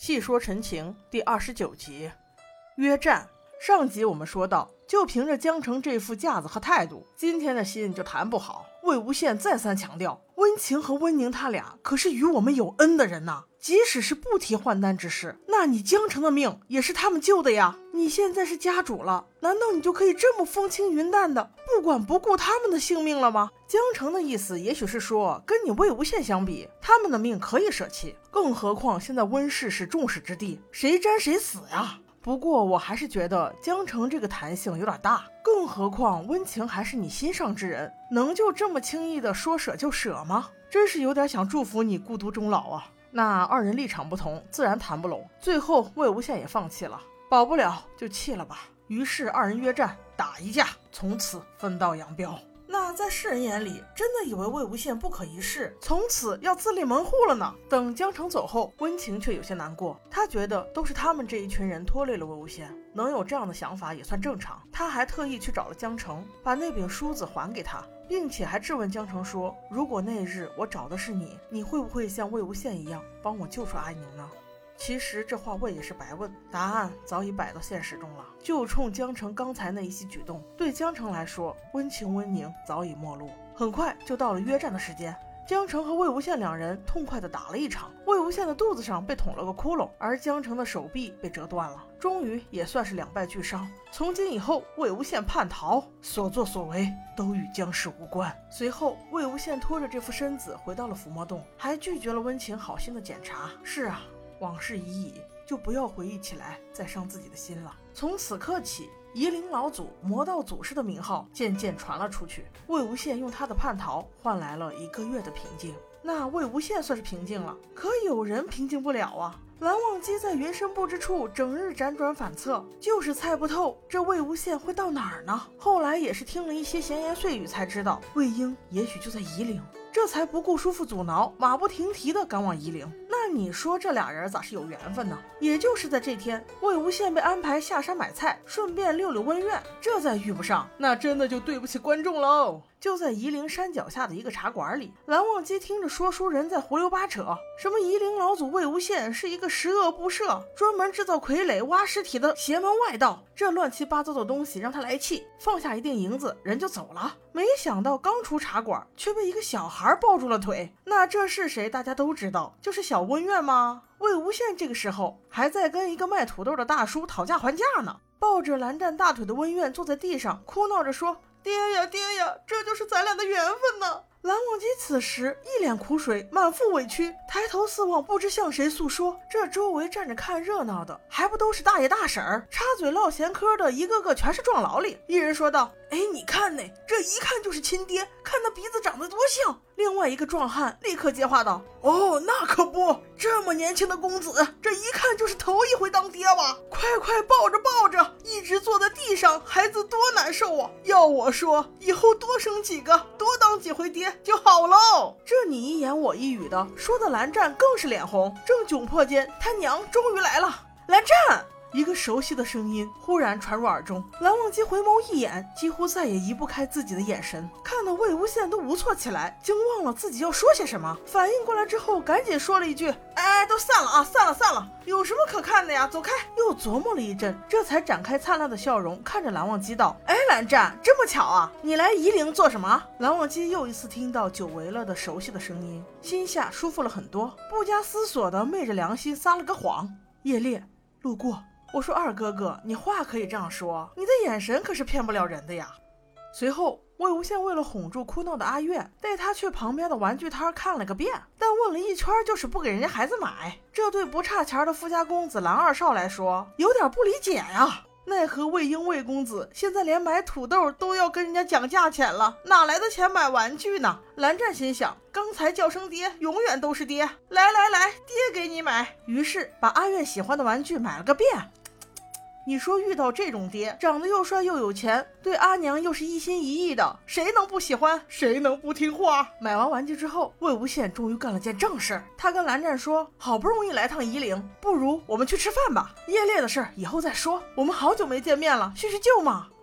细说陈情第29集。约战。上集我们说到，就凭着江澄这副架子和态度，今天的心就谈不好。魏无羡再三强调，温情和温宁他俩可是与我们有恩的人呐，即使是不提换丹之事，那你江澄的命也是他们救的呀。你现在是家主了，难道你就可以这么风轻云淡的不管不顾他们的性命了吗？江澄的意思也许是说，跟你魏无羡相比，他们的命可以舍弃，更何况现在温氏是众矢之的，谁沾谁死呀。不过我还是觉得江澄这个弹性有点大，更何况温情还是你心上之人，能就这么轻易的说舍就舍吗？真是有点想祝福你孤独终老啊。那二人立场不同，自然谈不拢，最后魏无羡也放弃了，保不了就弃了吧。于是二人约战，打一架，从此分道扬镳。那在世人眼里，真的以为魏无羡不可一世，从此要自立门户了呢。等江澄走后，温情却有些难过，他觉得都是他们这一群人拖累了魏无羡，能有这样的想法也算正常。他还特意去找了江澄，把那柄梳子还给他，并且还质问江澄说，如果那日我找的是你，你会不会像魏无羡一样帮我救出阿宁呢？其实这话问也是白问，答案早已摆到现实中了。就冲江澄刚才那一些举动，对江澄来说，温情温宁早已陌路。很快就到了约战的时间，江澄和魏无羡两人痛快地打了一场。魏无羡的肚子上被捅了个窟窿，而江澄的手臂被折断了，终于也算是两败俱伤。从今以后，魏无羡叛逃，所作所为都与江氏无关。随后魏无羡拖着这副身子回到了伏魔洞，还拒绝了温情好心的检查。是啊，往事已矣，就不要回忆起来再伤自己的心了。从此刻起，夷陵老祖、魔道祖师的名号渐渐传了出去。魏无羡用他的叛逃换来了1个月的平静。那魏无羡算是平静了，可有人平静不了啊。蓝忘机在云深不知处整日辗转反侧，就是猜不透这魏无羡会到哪儿呢。后来也是听了一些闲言碎语才知道，魏婴也许就在夷陵，这才不顾叔父阻挠，马不停蹄地赶往夷陵。那你说这俩人咋是有缘分呢？也就是在这天，魏无羡被安排下山买菜，顺便溜溜温苑，这再遇不上，那真的就对不起观众喽。就在夷陵山脚下的一个茶馆里，蓝忘机听着说书人在胡溜八扯，什么夷陵老祖魏无羡是一个十恶不赦、专门制造傀儡挖尸体的邪门外道，这乱七八糟的东西让他来气，放下一锭银子人就走了。没想到刚出茶馆却被一个小孩抱住了腿，那这是谁大家都知道，就是小温苑吗？魏无羡这个时候还在跟一个卖土豆的大叔讨价还价呢，抱着蓝湛大腿的温苑坐在地上哭闹着说，爹呀爹呀，这就是咱俩的缘分呢。蓝忘机此时一脸苦水，满腹委屈，抬头四望，不知向谁诉说。这周围站着看热闹的还不都是大爷大婶儿，插嘴唠闲嗑的一个个全是壮劳力。一人说道，哎，你看呢，这一看就是亲爹，看他鼻子长得多像。另外一个壮汉立刻接话道，哦，那可不，这么年轻的公子，这一看就是头一回当爹吧，快快抱着抱着，一直坐在地上，孩子多难受啊。要我说，以后多生几个，多当几回爹就好喽。这你一言我一语的，说的蓝湛更是脸红。正窘迫间，他娘终于来了。蓝湛，一个熟悉的声音忽然传入耳中，蓝忘机回眸一眼，几乎再也移不开自己的眼神，看得魏无羡都无措起来，竟忘了自己要说些什么。反应过来之后，赶紧说了一句，哎，都散了啊，散了，有什么可看的呀，走开。又琢磨了一阵，这才展开灿烂的笑容，看着蓝忘机道，哎，蓝湛，这么巧啊，你来夷陵做什么？蓝忘机又一次听到久违了的熟悉的声音，心下舒服了很多，不加思索的昧着良心撒了个谎，叶烈路过。我说二哥哥，你话可以这样说，你的眼神可是骗不了人的呀。随后魏无羡为了哄住哭闹的阿苑，带他去旁边的玩具摊看了个遍，但问了一圈就是不给人家孩子买。这对不差钱的富家公子蓝二少来说有点不理解呀。奈何魏婴魏公子现在连买土豆都要跟人家讲价钱了，哪来的钱买玩具呢？蓝湛心想，刚才叫声爹永远都是爹，来，爹给你买。于是把阿苑喜欢的玩具买了个遍。你说遇到这种爹，长得又帅又有钱，对阿娘又是一心一意的，谁能不喜欢，谁能不听话？买完玩具之后，魏无羡终于干了件正事，他跟蓝湛说，好不容易来趟夷陵，不如我们去吃饭吧，叶烈的事以后再说，我们好久没见面了，叙叙旧嘛。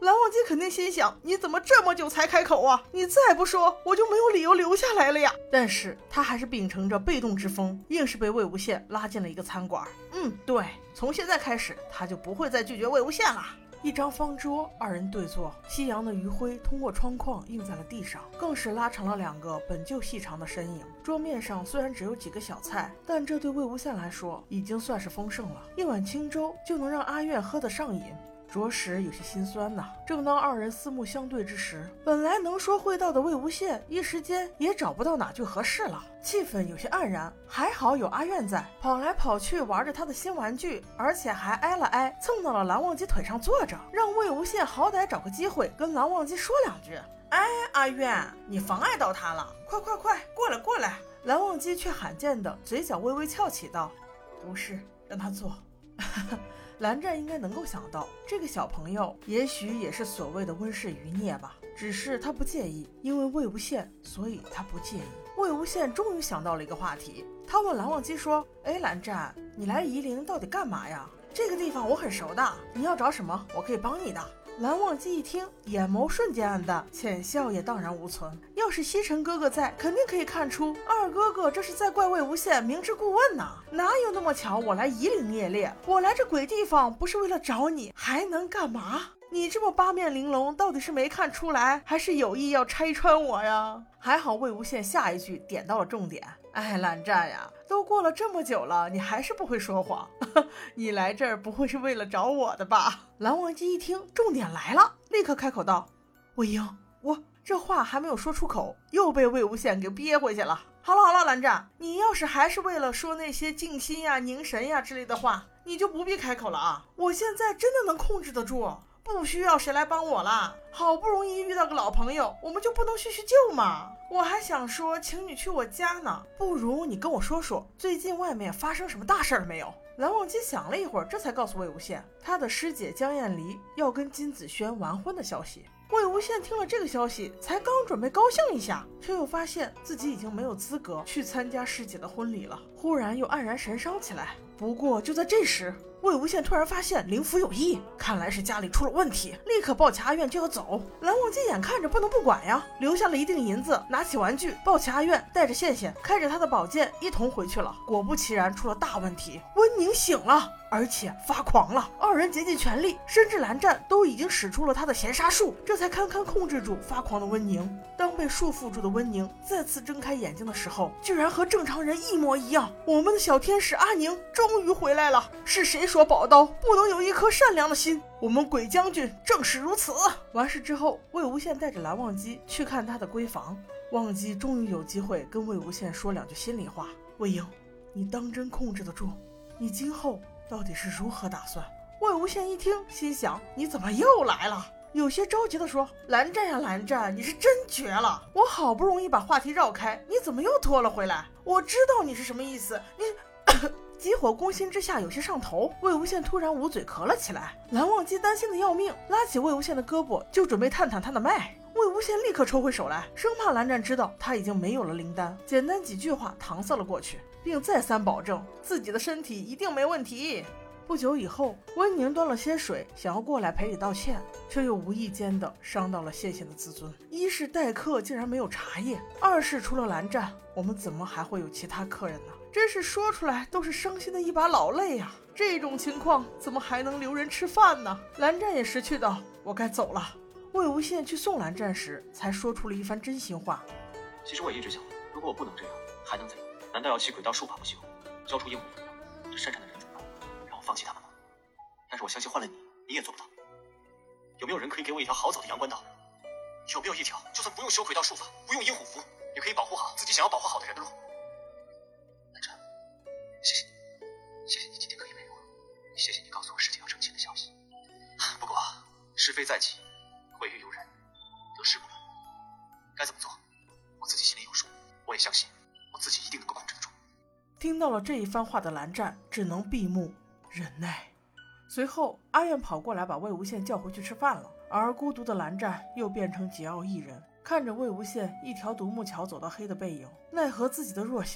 蓝忘机肯定心想，你怎么这么久才开口啊？你再不说，我就没有理由留下来了呀。但是他还是秉承着被动之风，硬是被魏无羡拉进了一个餐馆。对，从现在开始他就不会再拒绝魏无羡了。一张方桌，二人对坐，夕阳的余晖通过窗框映在了地上，更是拉长了两个本就细长的身影。桌面上虽然只有几个小菜，但这对魏无羡来说已经算是丰盛了。一碗清粥就能让阿苑喝得上瘾，着实有些心酸呐。正当二人四目相对之时，本来能说会道的魏无羡一时间也找不到哪句合适了，气氛有些黯然。还好有阿苑在，跑来跑去玩着他的新玩具，而且还挨了挨，蹭到了蓝忘机腿上坐着，让魏无羡好歹找个机会跟蓝忘机说两句。哎，阿苑，你妨碍到他了，快过来！蓝忘机却罕见的嘴角微微翘起道，不是，让他坐。蓝湛应该能够想到，这个小朋友也许也是所谓的温室余孽吧，只是他不介意，因为魏无羡，所以他不介意。魏无羡终于想到了一个话题，他问蓝忘机说，哎，蓝湛，你来夷陵到底干嘛呀？这个地方我很熟的，你要找什么，我可以帮你的。蓝忘机一听，眼眸瞬间暗淡，浅笑也荡然无存。要是西尘哥哥在，肯定可以看出二哥哥这是在怪魏无羡明知故问呐。哪有那么巧，我来夷陵业猎，我来这鬼地方不是为了找你，还能干嘛？你这么八面玲珑，到底是没看出来，还是有意要拆穿我呀？还好魏无羡下一句点到了重点。哎，蓝湛呀，都过了这么久了，你还是不会说谎。你来这儿不会是为了找我的吧？蓝忘机一听，重点来了，立刻开口道：魏婴，我这话还没有说出口，又被魏无羡给憋回去了。好了，蓝湛，你要是还是为了说那些静心呀、凝神呀之类的话，你就不必开口了啊！我现在真的能控制得住，不需要谁来帮我啦。好不容易遇到个老朋友，我们就不能叙叙旧吗？我还想说请你去我家呢，不如你跟我说说最近外面发生什么大事儿没有？蓝忘机想了一会儿，这才告诉魏无羡他的师姐江厌离要跟金子轩完婚的消息。魏无羡听了这个消息，才刚准备高兴一下，却又发现自己已经没有资格去参加师姐的婚礼了，忽然又黯然神伤起来。不过就在这时，魏无羡突然发现灵符有异，看来是家里出了问题，立刻抱起阿苑就要走。蓝忘机眼看着不能不管呀，留下了一锭银子，拿起玩具抱起阿苑，带着羡羡开着他的宝剑一同回去了。果不其然，出了大问题，温宁醒了，而且发狂了。二人竭尽全力，甚至蓝湛都已经使出了他的咸杀术，这才堪堪控制住发狂的温宁。当被束缚住的温宁再次睁开眼睛的时候，居然和正常人一模一样。我们的小天使阿宁终于回来了，是谁说宝刀不能有一颗善良的心？我们鬼将军正是如此。完事之后，魏无羡带着蓝忘机去看他的闺房。忘机终于有机会跟魏无羡说两句心里话。魏婴，你当真控制得住？你今后到底是如何打算？魏无羡一听，心想你怎么又来了？有些着急地说，蓝湛呀蓝湛，你是真绝了，我好不容易把话题绕开，你怎么又拖了回来？我知道你是什么意思，你急火攻心之下有些上头。魏无羡突然捂嘴咳了起来，蓝忘机担心的要命，拉起魏无羡的胳膊就准备探探他的脉。魏无羡立刻抽回手来，生怕蓝湛知道他已经没有了灵丹，简单几句话搪塞了过去，并再三保证自己的身体一定没问题。不久以后，温宁端了些水，想要过来赔礼道歉，却又无意间的伤到了羡羡的自尊。一是待客竟然没有茶叶，二是除了蓝湛，我们怎么还会有其他客人呢？真是说出来都是伤心的一把老泪啊！这种情况怎么还能留人吃饭呢？蓝湛也识趣道，我该走了。魏无羡去送蓝湛时，才说出了一番真心话。 其实我也一直想，如果我不能这样，还能怎样？难道要弃鬼道术法不行，交出鹦鹉人吗？这山上的人怎么办？让我放弃他们吗？但是我相信换了你，你也做不到。有没有人可以给我一条好走的阳关道？有没有一条就算不用修鬼道术法，不用阴虎符，也可以保护好自己想要保护好的人的路？蓝湛，谢谢你，谢谢你今天可以陪我，谢谢你告诉我师姐要成亲的消息。不过是非在即，毁誉由人，得势不论，该怎么做，我自己心里有数。我也相信我自己一定能够控制得住。 听到了这一番话的蓝湛只能闭目忍耐。随后阿苑跑过来把魏无羡叫回去吃饭了，而孤独的蓝湛又变成桀骜一人，看着魏无羡一条独木桥走到黑的背影，奈何自己的弱小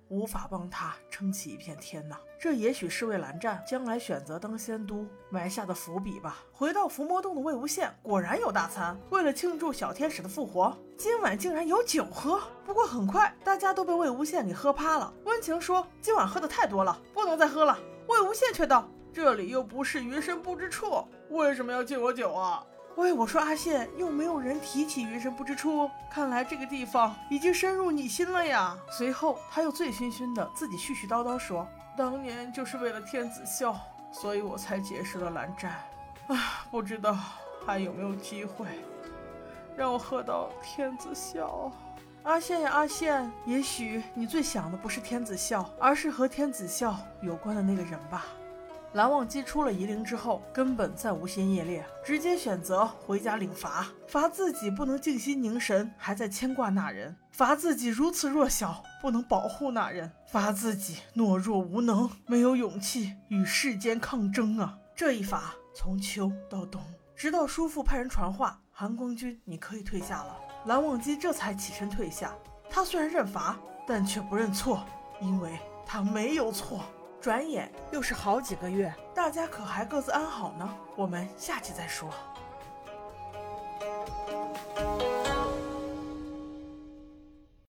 无法帮他撑起一片天呐。这也许是为蓝湛将来选择当仙都埋下的伏笔吧。回到伏魔洞的魏无羡果然有大餐，为了庆祝小天使的复活，今晚竟然有酒喝。不过很快大家都被魏无羡给喝趴了。温情说今晚喝的太多了，不能再喝了。魏无羡却道这里又不是云深不知处，为什么要敬我酒啊？喂，我说阿羡，又没有人提起云深不知处，看来这个地方已经深入你心了呀。随后他又醉醺醺的自己絮絮叨叨说，当年就是为了天子笑，所以我才结识了蓝湛啊，不知道还有没有机会让我喝到天子笑。阿羡呀阿羡，也许你最想的不是天子笑，而是和天子笑有关的那个人吧。蓝忘机出了夷陵之后，根本再无心夜猎，直接选择回家领罚，罚自己不能静心凝神，还在牵挂那人，罚自己如此弱小，不能保护那人，罚自己懦弱无能，没有勇气与世间抗争啊！这一罚从秋到冬，直到叔父派人传话，韩光君你可以退下了，蓝忘机这才起身退下。他虽然认罚，但却不认错，因为他没有错。转眼又是好几个月，大家可还各自安好呢？我们下期再说。